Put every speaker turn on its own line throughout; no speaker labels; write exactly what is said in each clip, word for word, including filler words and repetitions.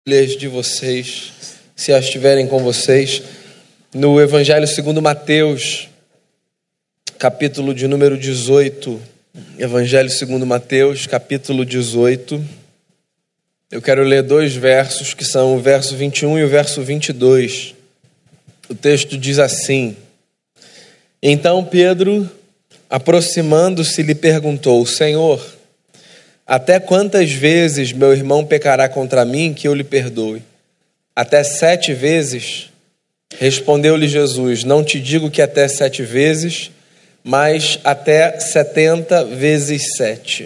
Bíblias de vocês, se as estiverem com vocês, no Evangelho segundo Mateus, capítulo de número dezoito. Evangelho segundo Mateus, capítulo dezoito. Eu quero ler dois versos, que são o verso vinte e um e o verso vinte e dois. O texto diz assim: Então Pedro, aproximando-se, lhe perguntou: Senhor, até quantas vezes meu irmão pecará contra mim que eu lhe perdoe? Até sete vezes? Respondeu-lhe Jesus: Não te digo que até sete vezes, mas até setenta vezes sete.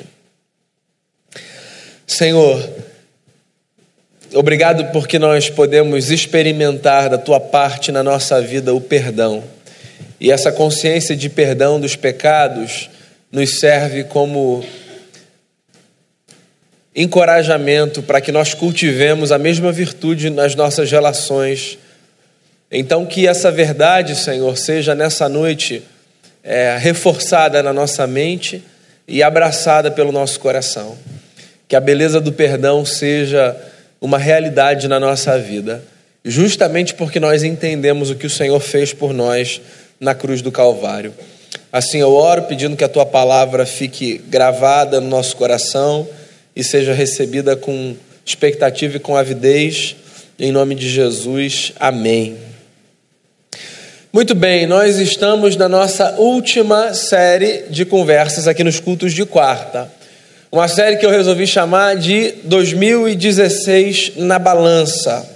Senhor, obrigado porque nós podemos experimentar da tua parte na nossa vida o perdão. E essa consciência de perdão dos pecados nos serve como encorajamento para que nós cultivemos a mesma virtude nas nossas relações. Então que essa verdade, Senhor, seja nessa noite é, reforçada na nossa mente e abraçada pelo nosso coração. Que a beleza do perdão seja uma realidade na nossa vida, justamente porque nós entendemos o que o Senhor fez por nós na cruz do Calvário. Assim eu oro pedindo que a tua palavra fique gravada no nosso coração e seja recebida com expectativa e com avidez, em nome de Jesus, amém. Muito bem, nós estamos na nossa última série de conversas aqui nos cultos de quarta. Uma série que eu resolvi chamar de dois mil e dezesseis na balança.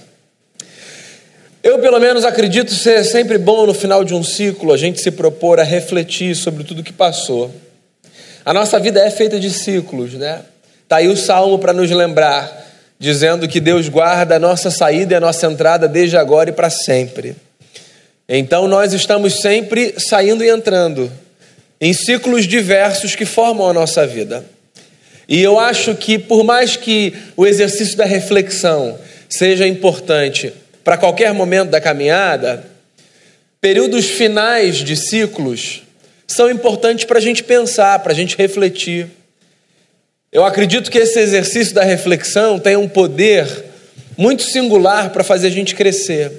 Eu, pelo menos, acredito ser sempre bom no final de um ciclo a gente se propor a refletir sobre tudo que passou. A nossa vida é feita de ciclos, né? Está aí o Salmo para nos lembrar, dizendo que Deus guarda a nossa saída e a nossa entrada desde agora e para sempre. Então nós estamos sempre saindo e entrando em ciclos diversos que formam a nossa vida. E eu acho que por mais que o exercício da reflexão seja importante para qualquer momento da caminhada, períodos finais de ciclos são importantes para a gente pensar, para a gente refletir. Eu acredito que esse exercício da reflexão tem um poder muito singular para fazer a gente crescer.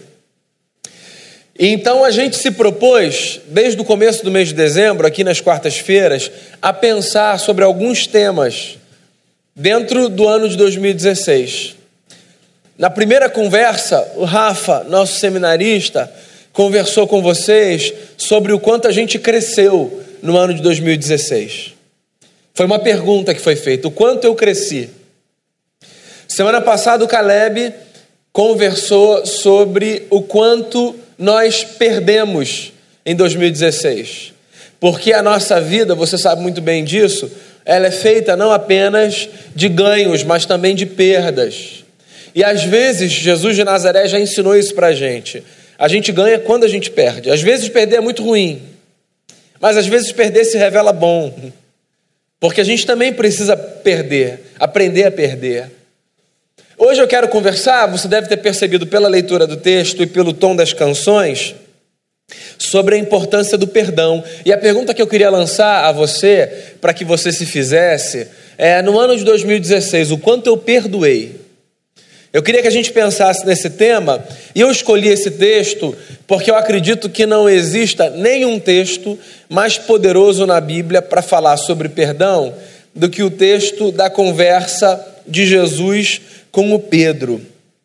E então a gente se propôs, desde o começo do mês de dezembro, aqui nas quartas-feiras, a pensar sobre alguns temas dentro do ano de dois mil e dezesseis. Na primeira conversa, o Rafa, nosso seminarista, conversou com vocês sobre o quanto a gente cresceu no ano de dois mil e dezesseis. Foi uma pergunta que foi feita: o quanto eu cresci? Semana passada o Caleb conversou sobre o quanto nós perdemos em dois mil e dezesseis. Porque a nossa vida, você sabe muito bem disso, ela é feita não apenas de ganhos, mas também de perdas. E às vezes, Jesus de Nazaré já ensinou isso pra gente. A gente ganha quando a gente perde. Às vezes perder é muito ruim, mas às vezes perder se revela bom. Porque a gente também precisa perder, aprender a perder. Hoje eu quero conversar, você deve ter percebido pela leitura do texto e pelo tom das canções, sobre a importância do perdão. E a pergunta que eu queria lançar a você, para que você se fizesse, é: no ano de dois mil e dezesseis, o quanto eu perdoei? Eu queria que a gente pensasse nesse tema, e eu escolhi esse texto porque eu acredito que não exista nenhum texto mais poderoso na Bíblia para falar sobre perdão do que o texto da conversa de Jesus com o Pedro.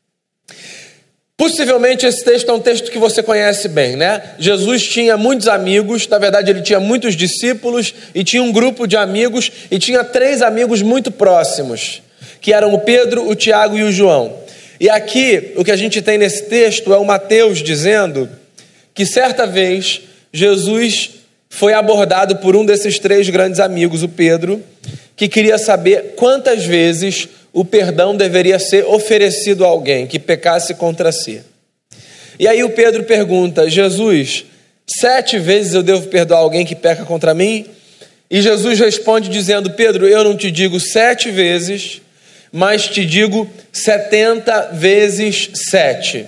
Possivelmente esse texto é um texto que você conhece bem, né? Jesus tinha muitos amigos, na verdade ele tinha muitos discípulos e tinha um grupo de amigos e tinha três amigos muito próximos, que eram o Pedro, o Tiago e o João. E aqui, o que a gente tem nesse texto é o Mateus dizendo que certa vez Jesus foi abordado por um desses três grandes amigos, o Pedro, que queria saber quantas vezes o perdão deveria ser oferecido a alguém que pecasse contra si. E aí o Pedro pergunta: Jesus, sete vezes eu devo perdoar alguém que peca contra mim? E Jesus responde dizendo: Pedro, eu não te digo sete vezes, mas te digo setenta vezes sete.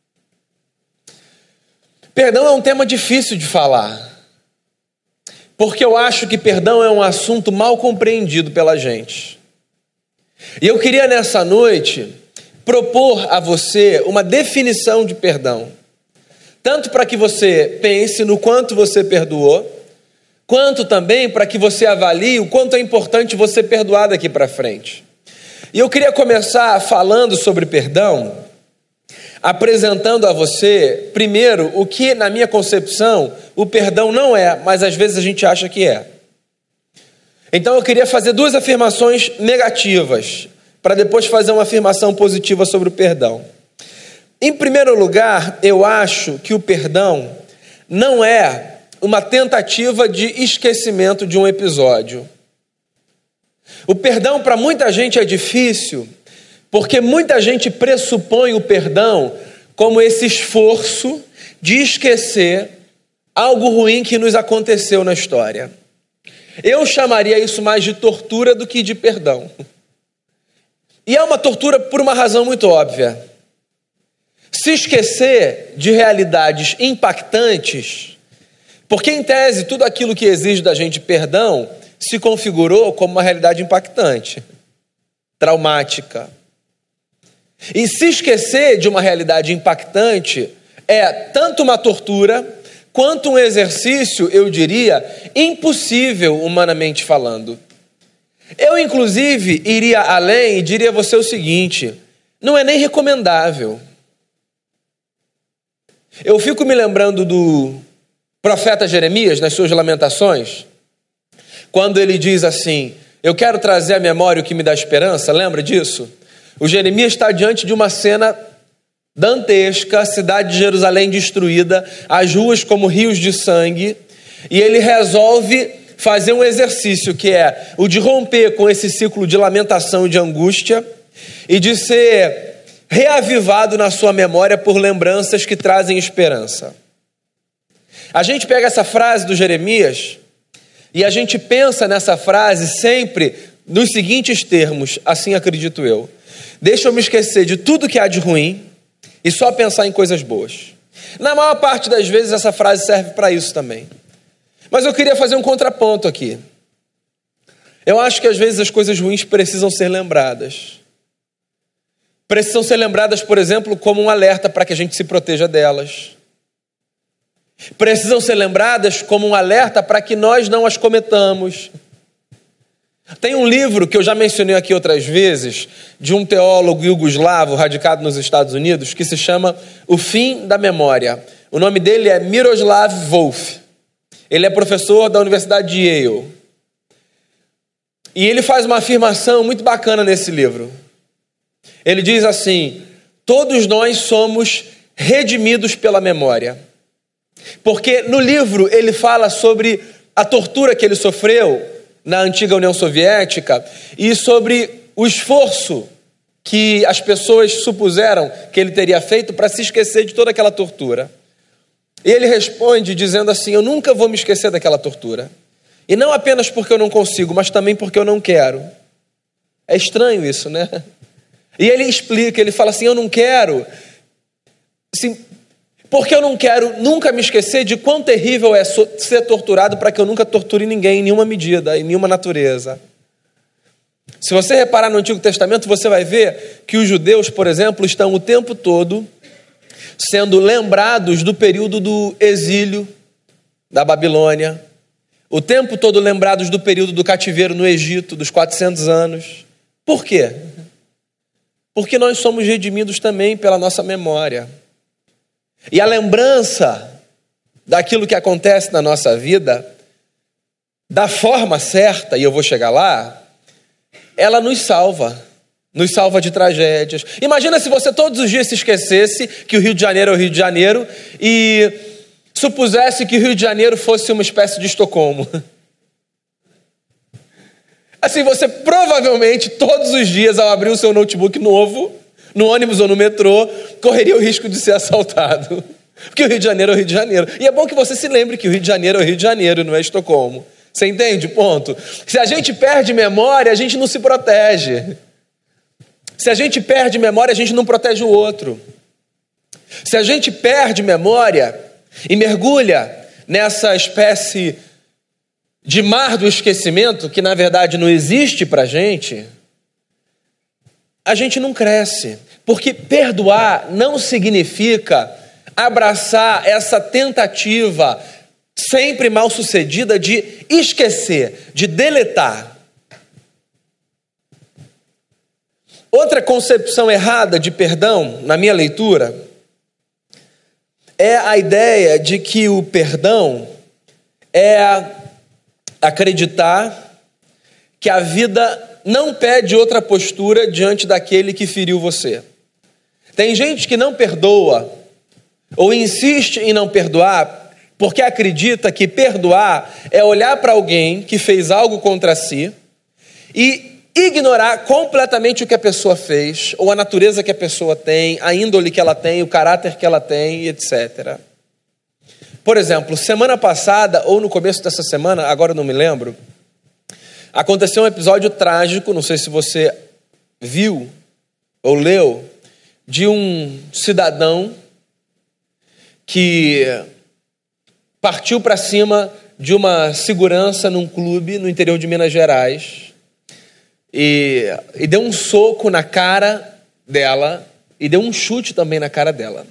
Perdão é um tema difícil de falar, porque eu acho que perdão é um assunto mal compreendido pela gente. E eu queria nessa noite propor a você uma definição de perdão. Tanto para que você pense no quanto você perdoou, quanto também para que você avalie o quanto é importante você perdoar daqui para frente. E eu queria começar falando sobre perdão, apresentando a você, primeiro, o que, na minha concepção, o perdão não é, mas às vezes a gente acha que é. Então eu queria fazer duas afirmações negativas, para depois fazer uma afirmação positiva sobre o perdão. Em primeiro lugar, eu acho que o perdão não é uma tentativa de esquecimento de um episódio. O perdão para muita gente é difícil, porque muita gente pressupõe o perdão como esse esforço de esquecer algo ruim que nos aconteceu na história. Eu chamaria isso mais de tortura do que de perdão. E é uma tortura por uma razão muito óbvia. Se esquecer de realidades impactantes, porque em tese tudo aquilo que exige da gente perdão se configurou como uma realidade impactante, traumática. E se esquecer de uma realidade impactante é tanto uma tortura quanto um exercício, eu diria, impossível humanamente falando. Eu, inclusive, iria além e diria a você o seguinte: não é nem recomendável. Eu fico me lembrando do profeta Jeremias, nas suas lamentações, quando ele diz assim: eu quero trazer à memória o que me dá esperança. Lembra disso? O Jeremias está diante de uma cena dantesca, a cidade de Jerusalém destruída, as ruas como rios de sangue, e ele resolve fazer um exercício que é o de romper com esse ciclo de lamentação e de angústia e de ser reavivado na sua memória por lembranças que trazem esperança. A gente pega essa frase do Jeremias e a gente pensa nessa frase sempre nos seguintes termos, assim acredito eu: deixa eu me esquecer de tudo que há de ruim e só pensar em coisas boas. Na maior parte das vezes essa frase serve para isso também. Mas eu queria fazer um contraponto aqui. Eu acho que às vezes as coisas ruins precisam ser lembradas. Precisam ser lembradas, por exemplo, como um alerta para que a gente se proteja delas. Precisam ser lembradas como um alerta para que nós não as cometamos. Tem um livro que eu já mencionei aqui outras vezes, de um teólogo iugoslavo radicado nos Estados Unidos, que se chama O Fim da Memória. O nome dele é Miroslav Volf. Ele é professor da Universidade de Yale. E ele faz uma afirmação muito bacana nesse livro. Ele diz assim: todos nós somos redimidos pela memória. Porque no livro ele fala sobre a tortura que ele sofreu na antiga União Soviética e sobre o esforço que as pessoas supuseram que ele teria feito para se esquecer de toda aquela tortura. E ele responde dizendo assim: eu nunca vou me esquecer daquela tortura. E não apenas porque eu não consigo, mas também porque eu não quero. É estranho isso, né? E ele explica, ele fala assim: eu não quero, assim, porque eu não quero nunca me esquecer de quão terrível é ser torturado para que eu nunca torture ninguém em nenhuma medida, em nenhuma natureza. Se você reparar no Antigo Testamento, você vai ver que os judeus, por exemplo, estão o tempo todo sendo lembrados do período do exílio da Babilônia, o tempo todo lembrados do período do cativeiro no Egito, dos quatrocentos anos. Por quê? Porque nós somos redimidos também pela nossa memória. E a lembrança daquilo que acontece na nossa vida, da forma certa, e eu vou chegar lá, ela nos salva. Nos salva de tragédias. Imagina se você todos os dias se esquecesse que o Rio de Janeiro é o Rio de Janeiro e supusesse que o Rio de Janeiro fosse uma espécie de Estocolmo. Assim, você provavelmente todos os dias, ao abrir o seu notebook novo, no ônibus ou no metrô, correria o risco de ser assaltado. Porque o Rio de Janeiro é o Rio de Janeiro. E é bom que você se lembre que o Rio de Janeiro é o Rio de Janeiro, não é Estocolmo. Você entende o ponto? Se a gente perde memória, a gente não se protege. Se a gente perde memória, a gente não protege o outro. Se a gente perde memória e mergulha nessa espécie de mar do esquecimento, que na verdade não existe pra gente, a gente não cresce. Porque perdoar não significa abraçar essa tentativa sempre mal sucedida de esquecer, de deletar. Outra concepção errada de perdão, na minha leitura, é a ideia de que o perdão é acreditar que a vida não pede outra postura diante daquele que feriu você. Tem gente que não perdoa ou insiste em não perdoar porque acredita que perdoar é olhar para alguém que fez algo contra si e ignorar completamente o que a pessoa fez, ou a natureza que a pessoa tem, a índole que ela tem, o caráter que ela tem, etcétera. Por exemplo, semana passada, ou no começo dessa semana, agora eu não me lembro, aconteceu um episódio trágico, não sei se você viu ou leu, de um cidadão que partiu para cima de uma segurança num clube no interior de Minas Gerais, E, e deu um soco na cara dela e deu um chute também na cara dela.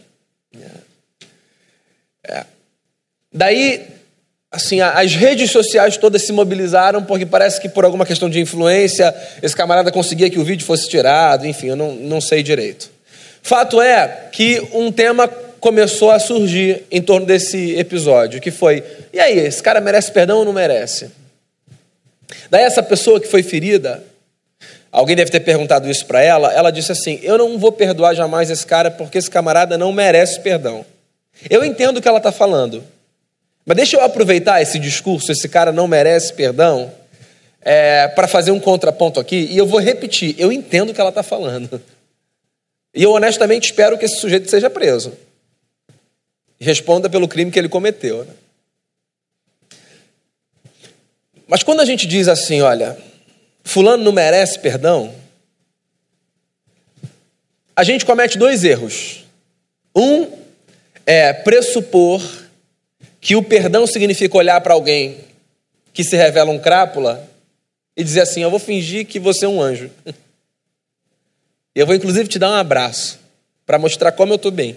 É. Daí, assim, as redes sociais todas se mobilizaram porque parece que por alguma questão de influência esse camarada conseguia que o vídeo fosse tirado, enfim, eu não, não sei direito. Fato é que um tema começou a surgir em torno desse episódio, que foi, e aí, esse cara merece perdão ou não merece? Daí essa pessoa que foi ferida, alguém deve ter perguntado isso para ela, ela disse assim, eu não vou perdoar jamais esse cara porque esse camarada não merece perdão. Eu entendo o que ela está falando, mas deixa eu aproveitar esse discurso, esse cara não merece perdão, é, para fazer um contraponto aqui, e eu vou repetir, eu entendo o que ela está falando. E eu honestamente espero que esse sujeito seja preso. E responda pelo crime que ele cometeu. Né? Mas quando a gente diz assim, olha, fulano não merece perdão, a gente comete dois erros. Um é pressupor que o perdão significa olhar para alguém que se revela um crápula e dizer assim, eu vou fingir que você é um anjo. E eu vou inclusive te dar um abraço para mostrar como eu estou bem.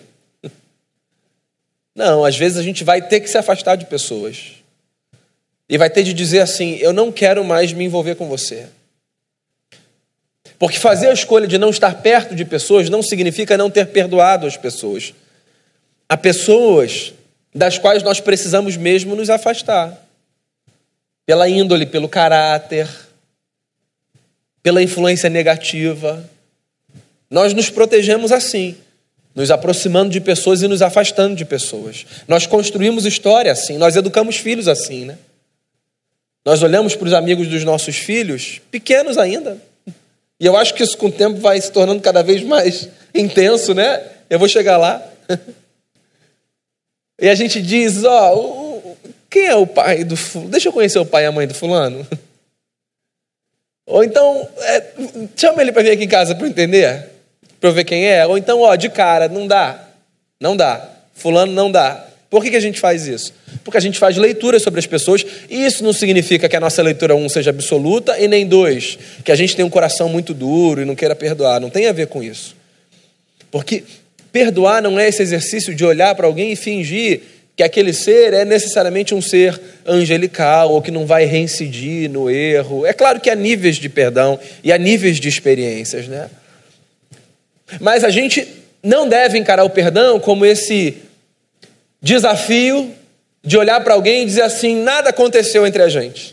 Não, às vezes a gente vai ter que se afastar de pessoas. E vai ter de dizer assim, eu não quero mais me envolver com você. Porque fazer a escolha de não estar perto de pessoas não significa não ter perdoado as pessoas. Há pessoas das quais nós precisamos mesmo nos afastar. Pela índole, pelo caráter, pela influência negativa. Nós nos protegemos assim, nos aproximando de pessoas e nos afastando de pessoas. Nós construímos história assim, nós educamos filhos assim, né? Nós olhamos para os amigos dos nossos filhos, pequenos ainda, e eu acho que isso com o tempo vai se tornando cada vez mais intenso, né? Eu vou chegar lá. E a gente diz, ó, oh, quem é o pai do fulano? Deixa eu conhecer o pai e a mãe do fulano. Ou então, é, chama ele para vir aqui em casa para eu entender, para eu ver quem é. Ou então, ó, de cara, não dá, não dá, fulano não dá. Por que que a gente faz isso? Porque a gente faz leitura sobre as pessoas, e isso não significa que a nossa leitura, um, seja absoluta, e nem dois, que a gente tem um coração muito duro e não queira perdoar. Não tem a ver com isso. Porque perdoar não é esse exercício de olhar para alguém e fingir que aquele ser é necessariamente um ser angelical ou que não vai reincidir no erro. É claro que há níveis de perdão e há níveis de experiências, né? Mas a gente não deve encarar o perdão como esse desafio de olhar para alguém e dizer assim, nada aconteceu entre a gente.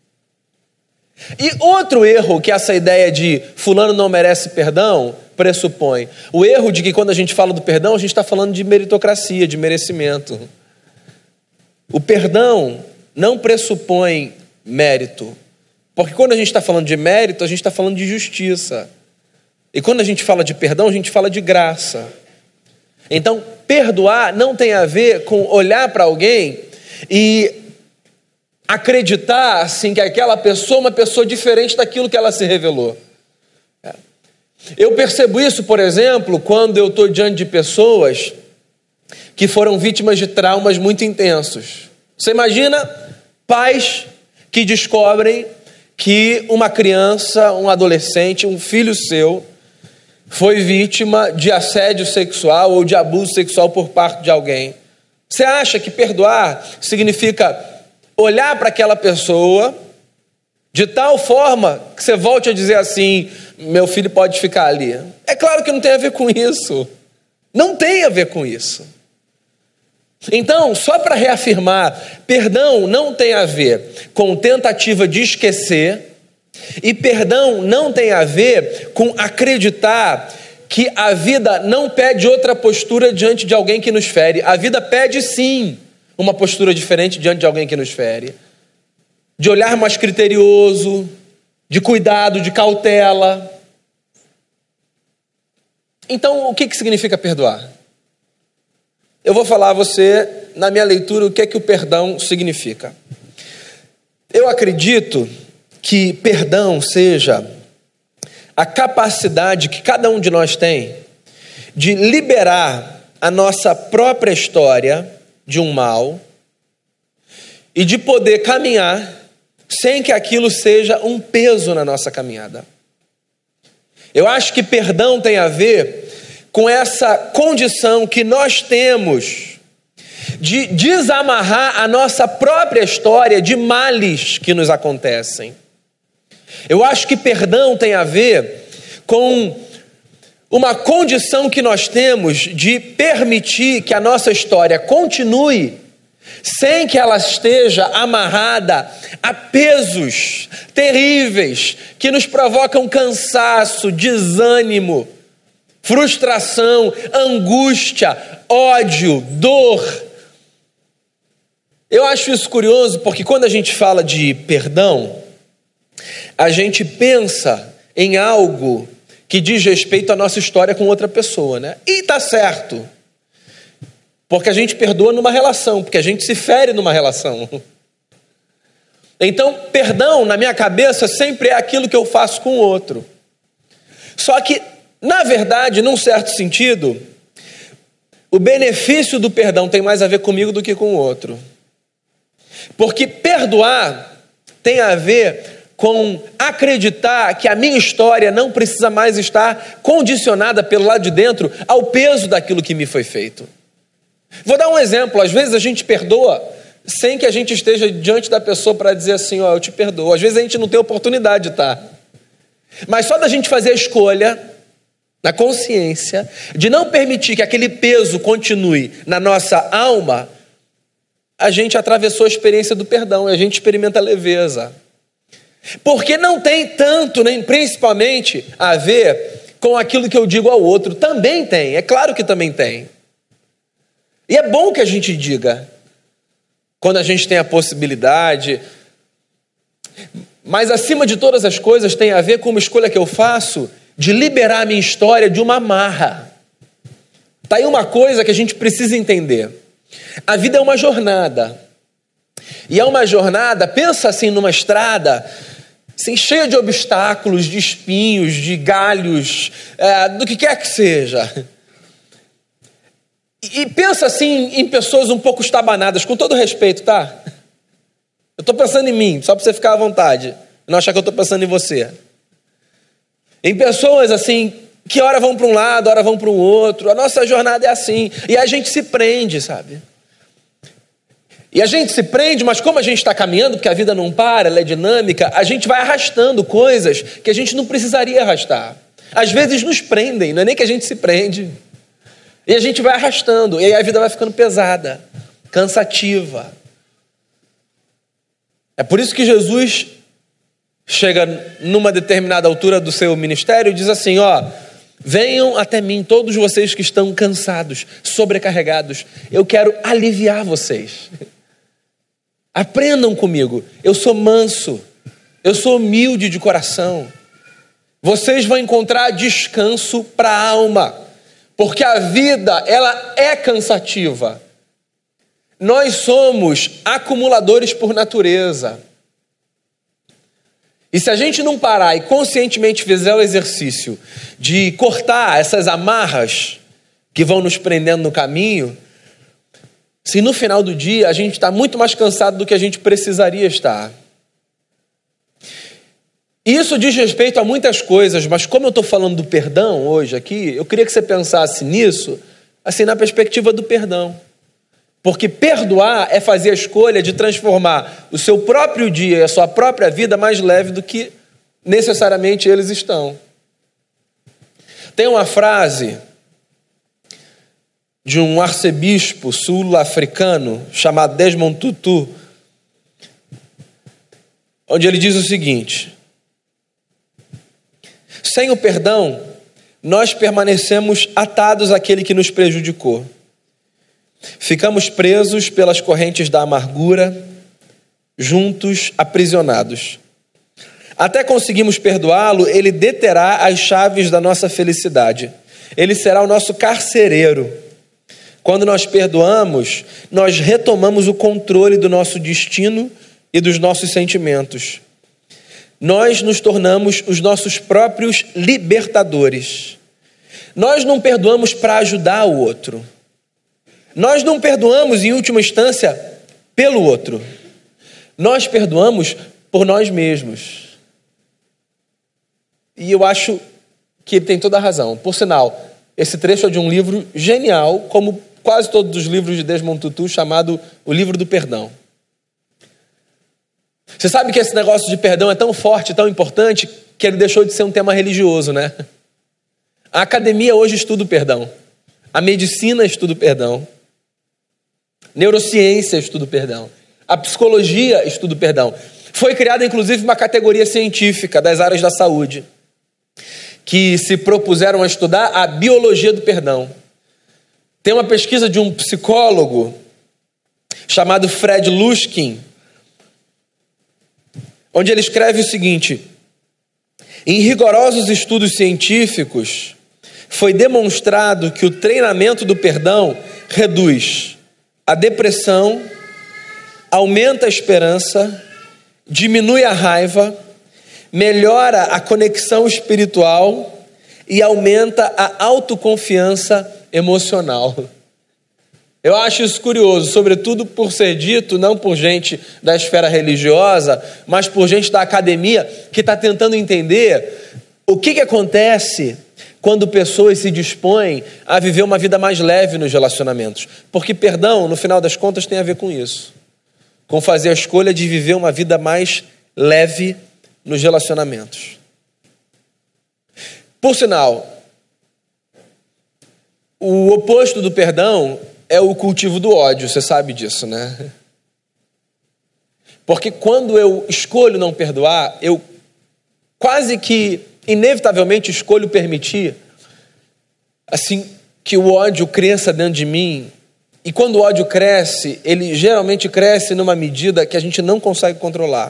E outro erro que essa ideia de fulano não merece perdão pressupõe, o erro de que quando a gente fala do perdão, a gente está falando de meritocracia, de merecimento. O perdão não pressupõe mérito, porque quando a gente está falando de mérito, a gente está falando de justiça. E quando a gente fala de perdão, a gente fala de graça. Então, perdoar não tem a ver com olhar para alguém e acreditar assim, que aquela pessoa é uma pessoa diferente daquilo que ela se revelou. Eu percebo isso, por exemplo, quando eu estou diante de pessoas que foram vítimas de traumas muito intensos. Você imagina pais que descobrem que uma criança, um adolescente, um filho seu, foi vítima de assédio sexual ou de abuso sexual por parte de alguém. Você acha que perdoar significa olhar para aquela pessoa de tal forma que você volte a dizer assim: meu filho pode ficar ali? É claro que não tem a ver com isso. Não tem a ver com isso. Então, só para reafirmar, perdão não tem a ver com tentativa de esquecer, e perdão não tem a ver com acreditar que a vida não pede outra postura diante de alguém que nos fere. A vida pede sim uma postura diferente diante de alguém que nos fere. De olhar mais criterioso, de cuidado, de cautela. Então, o que que significa perdoar? Eu vou falar a você, na minha leitura, o que é que o perdão significa. Eu acredito que perdão seja a capacidade que cada um de nós tem de liberar a nossa própria história de um mal e de poder caminhar sem que aquilo seja um peso na nossa caminhada. Eu acho que perdão tem a ver com essa condição que nós temos de desamarrar a nossa própria história de males que nos acontecem. Eu acho que perdão tem a ver com uma condição que nós temos de permitir que a nossa história continue sem que ela esteja amarrada a pesos terríveis que nos provocam cansaço, desânimo, frustração, angústia, ódio, dor. Eu acho isso curioso porque quando a gente fala de perdão, a gente pensa em algo que diz respeito à nossa história com outra pessoa, né? E tá certo, porque a gente perdoa numa relação, porque a gente se fere numa relação. Então, perdão, na minha cabeça, sempre é aquilo que eu faço com o outro. Só que, na verdade, num certo sentido, o benefício do perdão tem mais a ver comigo do que com o outro. Porque perdoar tem a ver com acreditar que a minha história não precisa mais estar condicionada pelo lado de dentro ao peso daquilo que me foi feito. Vou dar um exemplo. Às vezes a gente perdoa sem que a gente esteja diante da pessoa para dizer assim: ó, eu te perdoo. Às vezes a gente não tem oportunidade, tá? Mas só da gente fazer a escolha, na consciência, de não permitir que aquele peso continue na nossa alma, a gente atravessou a experiência do perdão e a gente experimenta a leveza. Porque não tem tanto, nem principalmente, a ver com aquilo que eu digo ao outro. Também tem, é claro que também tem. E é bom que a gente diga, quando a gente tem a possibilidade. Mas acima de todas as coisas tem a ver com uma escolha que eu faço de liberar a minha história de uma amarra. Tá aí uma coisa que a gente precisa entender. A vida é uma jornada. E é uma jornada, pensa assim numa estrada, assim, cheia de obstáculos, de espinhos, de galhos, é, do que quer que seja. E pensa assim em pessoas um pouco estabanadas, com todo respeito, tá? Eu estou pensando em mim, só para você ficar à vontade, não achar que eu estou pensando em você. Em pessoas assim, que hora vão para um lado, hora vão para o outro. A nossa jornada é assim, e a gente se prende, sabe? E a gente se prende, mas como a gente está caminhando, porque a vida não para, ela é dinâmica, a gente vai arrastando coisas que a gente não precisaria arrastar. Às vezes nos prendem, não é nem que a gente se prende. E a gente vai arrastando, e aí a vida vai ficando pesada, cansativa. É por isso que Jesus chega numa determinada altura do seu ministério e diz assim, ó, venham até mim todos vocês que estão cansados, sobrecarregados, eu quero aliviar vocês. Aprendam comigo, eu sou manso, eu sou humilde de coração. Vocês vão encontrar descanso para a alma, porque a vida, ela é cansativa. Nós somos acumuladores por natureza. E se a gente não parar e conscientemente fizer o exercício de cortar essas amarras que vão nos prendendo no caminho, se no final do dia a gente está muito mais cansado do que a gente precisaria estar. Isso diz respeito a muitas coisas, mas como eu estou falando do perdão hoje aqui, eu queria que você pensasse nisso, assim, na perspectiva do perdão. Porque perdoar é fazer a escolha de transformar o seu próprio dia e a sua própria vida mais leve do que necessariamente eles estão. Tem uma frase de um arcebispo sul-africano chamado Desmond Tutu, onde ele diz o seguinte: sem o perdão, nós permanecemos atados àquele que nos prejudicou. Ficamos presos pelas correntes da amargura, juntos, aprisionados. Até conseguimos perdoá-lo, ele deterá as chaves da nossa felicidade. Ele será o nosso carcereiro. Quando nós perdoamos, nós retomamos o controle do nosso destino e dos nossos sentimentos. Nós nos tornamos os nossos próprios libertadores. Nós não perdoamos para ajudar o outro. Nós não perdoamos, em última instância, pelo outro. Nós perdoamos por nós mesmos. E eu acho que ele tem toda a razão. Por sinal, esse trecho é de um livro genial, como quase todos os livros de Desmond Tutu, chamado O Livro do Perdão. Você sabe que esse negócio de perdão é tão forte, tão importante, que ele deixou de ser um tema religioso, né? A academia hoje estuda o perdão. A medicina estuda o perdão. Neurociência estuda o perdão. A psicologia estuda o perdão. Foi criada, inclusive, uma categoria científica das áreas da saúde, que se propuseram a estudar a biologia do perdão. Tem uma pesquisa de um psicólogo chamado Fred Luskin, onde ele escreve o seguinte: em rigorosos estudos científicos, foi demonstrado que o treinamento do perdão reduz a depressão, aumenta a esperança, diminui a raiva, melhora a conexão espiritual e aumenta a autoconfiança emocional. Eu acho isso curioso, sobretudo por ser dito não por gente da esfera religiosa, mas por gente da academia que está tentando entender o que, que acontece quando pessoas se dispõem a viver uma vida mais leve nos relacionamentos. Porque perdão, no final das contas, tem a ver com isso. Com fazer a escolha de viver uma vida mais leve nos relacionamentos. Por sinal, o oposto do perdão é o cultivo do ódio, você sabe disso, né? Porque quando eu escolho não perdoar, eu quase que inevitavelmente escolho permitir assim que o ódio cresça dentro de mim. E quando o ódio cresce, ele geralmente cresce numa medida que a gente não consegue controlar.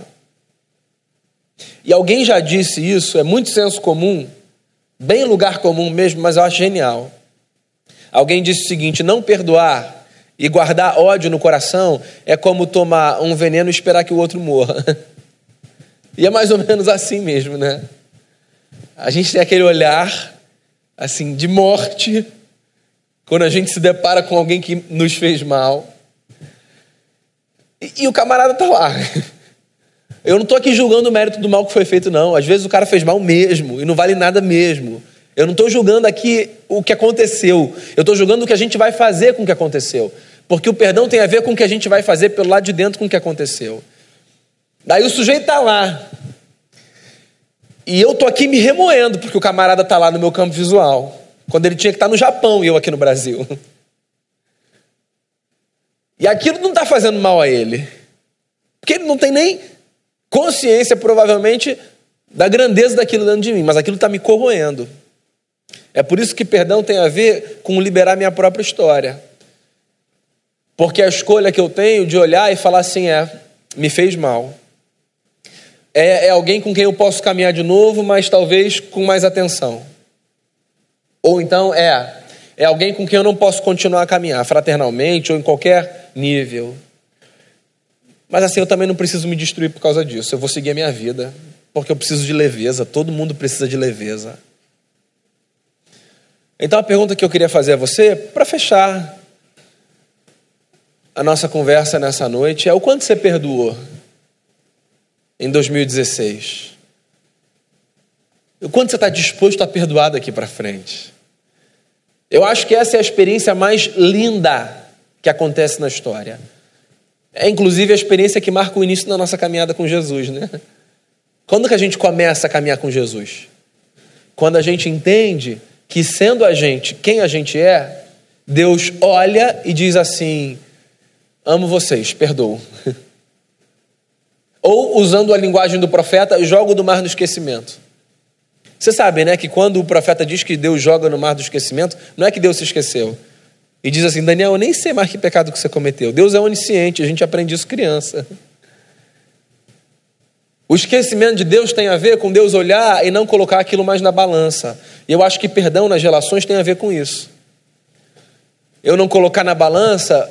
E alguém já disse isso, é muito senso comum, bem lugar comum mesmo, mas eu acho genial. Alguém disse o seguinte: não perdoar e guardar ódio no coração é como tomar um veneno e esperar que o outro morra. E é mais ou menos assim mesmo, né? A gente tem aquele olhar, assim, de morte, quando a gente se depara com alguém que nos fez mal. E, e o camarada tá lá. Eu não tô aqui julgando o mérito do mal que foi feito, não. Às vezes o cara fez mal mesmo, e não vale nada mesmo. Eu não estou julgando aqui o que aconteceu. Eu estou julgando o que a gente vai fazer com o que aconteceu. Porque o perdão tem a ver com o que a gente vai fazer pelo lado de dentro com o que aconteceu. Daí o sujeito está lá. E eu estou aqui me remoendo, porque o camarada está lá no meu campo visual. Quando ele tinha que estar no Japão e eu aqui no Brasil. E aquilo não está fazendo mal a ele. Porque ele não tem nem consciência, provavelmente, da grandeza daquilo dentro de mim. Mas aquilo está me corroendo. É por isso que perdão tem a ver com liberar minha própria história. Porque a escolha que eu tenho de olhar e falar assim é, me fez mal. É, é alguém com quem eu posso caminhar de novo, mas talvez com mais atenção. Ou então é, é alguém com quem eu não posso continuar a caminhar, fraternalmente ou em qualquer nível. Mas assim, eu também não preciso me destruir por causa disso. Eu vou seguir a minha vida, porque eu preciso de leveza. Todo mundo precisa de leveza. Então a pergunta que eu queria fazer a você, para fechar a nossa conversa nessa noite, é o quanto você perdoou em dois mil e dezesseis? O quanto você está disposto a perdoar daqui para frente. Eu acho que essa é a experiência mais linda que acontece na história. É inclusive a experiência que marca o início da nossa caminhada com Jesus, né? Quando que a gente começa a caminhar com Jesus? Quando a gente entende que, sendo a gente quem a gente é, Deus olha e diz assim: amo vocês, perdoo. Ou, usando a linguagem do profeta, jogo do mar no esquecimento. Você sabe, né, que quando o profeta diz que Deus joga no mar do esquecimento, não é que Deus se esqueceu. E diz assim: Daniel, eu nem sei mais que pecado que você cometeu. Deus é onisciente, a gente aprende isso criança. O esquecimento de Deus tem a ver com Deus olhar e não colocar aquilo mais na balança. E eu acho que perdão nas relações tem a ver com isso. Eu não colocar na balança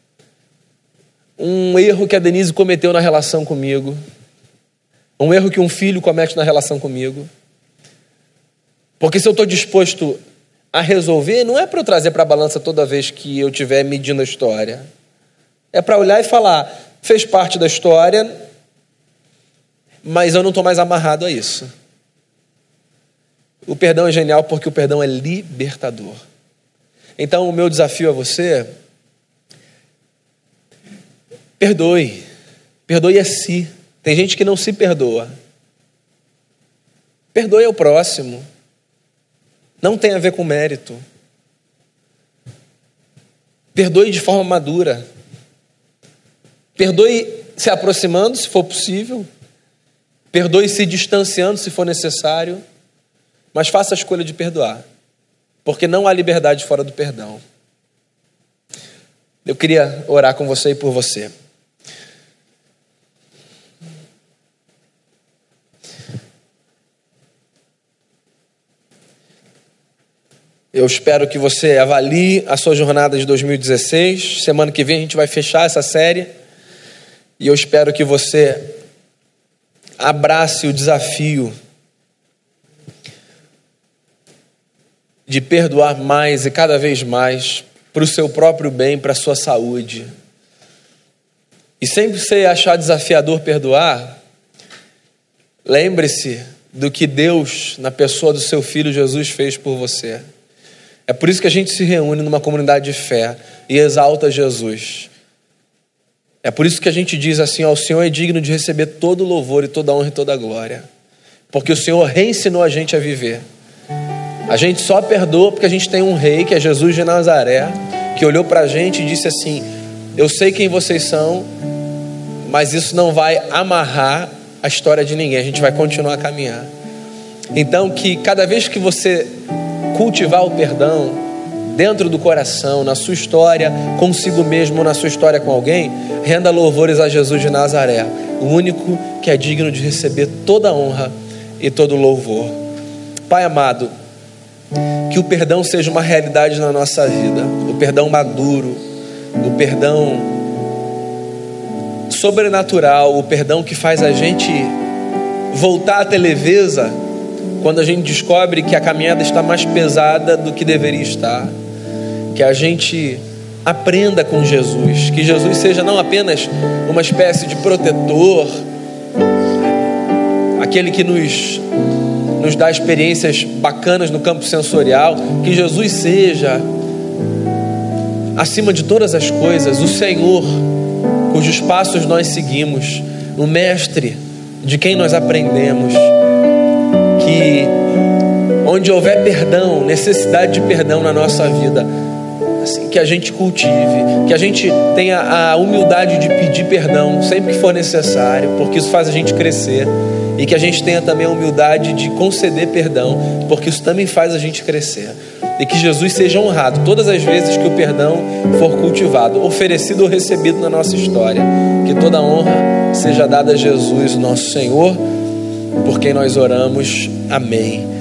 um erro que a Denise cometeu na relação comigo. Um erro que um filho comete na relação comigo. Porque se eu estou disposto a resolver, não é para eu trazer para a balança toda vez que eu estiver medindo a história. É para olhar e falar: fez parte da história, mas eu não estou mais amarrado a isso. O perdão é genial porque o perdão é libertador. Então o meu desafio a você: perdoe. Perdoe a si. Tem gente que não se perdoa. Perdoe ao próximo. Não tem a ver com mérito. Perdoe de forma madura. Perdoe se aproximando, se for possível. Perdoe se distanciando, se for necessário. Mas faça a escolha de perdoar. Porque não há liberdade fora do perdão. Eu queria orar com você e por você. Eu espero que você avalie a sua jornada de dois mil e dezesseis. Semana que vem a gente vai fechar essa série. E eu espero que você abrace o desafio de perdoar mais e cada vez mais para o seu próprio bem, para a sua saúde. E sempre que você achar desafiador perdoar, lembre-se do que Deus, na pessoa do seu Filho Jesus, fez por você. É por isso que a gente se reúne numa comunidade de fé e exalta Jesus. É por isso que a gente diz assim: ó, o Senhor é digno de receber todo louvor e toda honra e toda glória. Porque o Senhor reensinou a gente a viver. A gente só perdoa porque a gente tem um rei, que é Jesus de Nazaré, que olhou pra gente e disse assim: eu sei quem vocês são, mas isso não vai amarrar a história de ninguém. A gente vai continuar a caminhar. Então, que cada vez que você cultivar o perdão dentro do coração, na sua história consigo mesmo, ou na sua história com alguém, renda louvores a Jesus de Nazaré, o único que é digno de receber toda a honra e todo o louvor. Pai amado, que o perdão seja uma realidade na nossa vida, o perdão maduro, o perdão sobrenatural, o perdão que faz a gente voltar a ter leveza quando a gente descobre que a caminhada está mais pesada do que deveria estar. Que a gente aprenda com Jesus, que Jesus seja não apenas uma espécie de protetor, aquele que nos, nos dá experiências bacanas no campo sensorial, que Jesus seja, acima de todas as coisas, o Senhor, cujos passos nós seguimos, o Mestre de quem nós aprendemos. Que onde houver perdão, necessidade de perdão na nossa vida, assim, que a gente cultive, que a gente tenha a humildade de pedir perdão sempre que for necessário, porque isso faz a gente crescer, e que a gente tenha também a humildade de conceder perdão, porque isso também faz a gente crescer, e que Jesus seja honrado todas as vezes que o perdão for cultivado, oferecido ou recebido na nossa história. Que toda honra seja dada a Jesus, nosso Senhor, por quem nós oramos. Amém.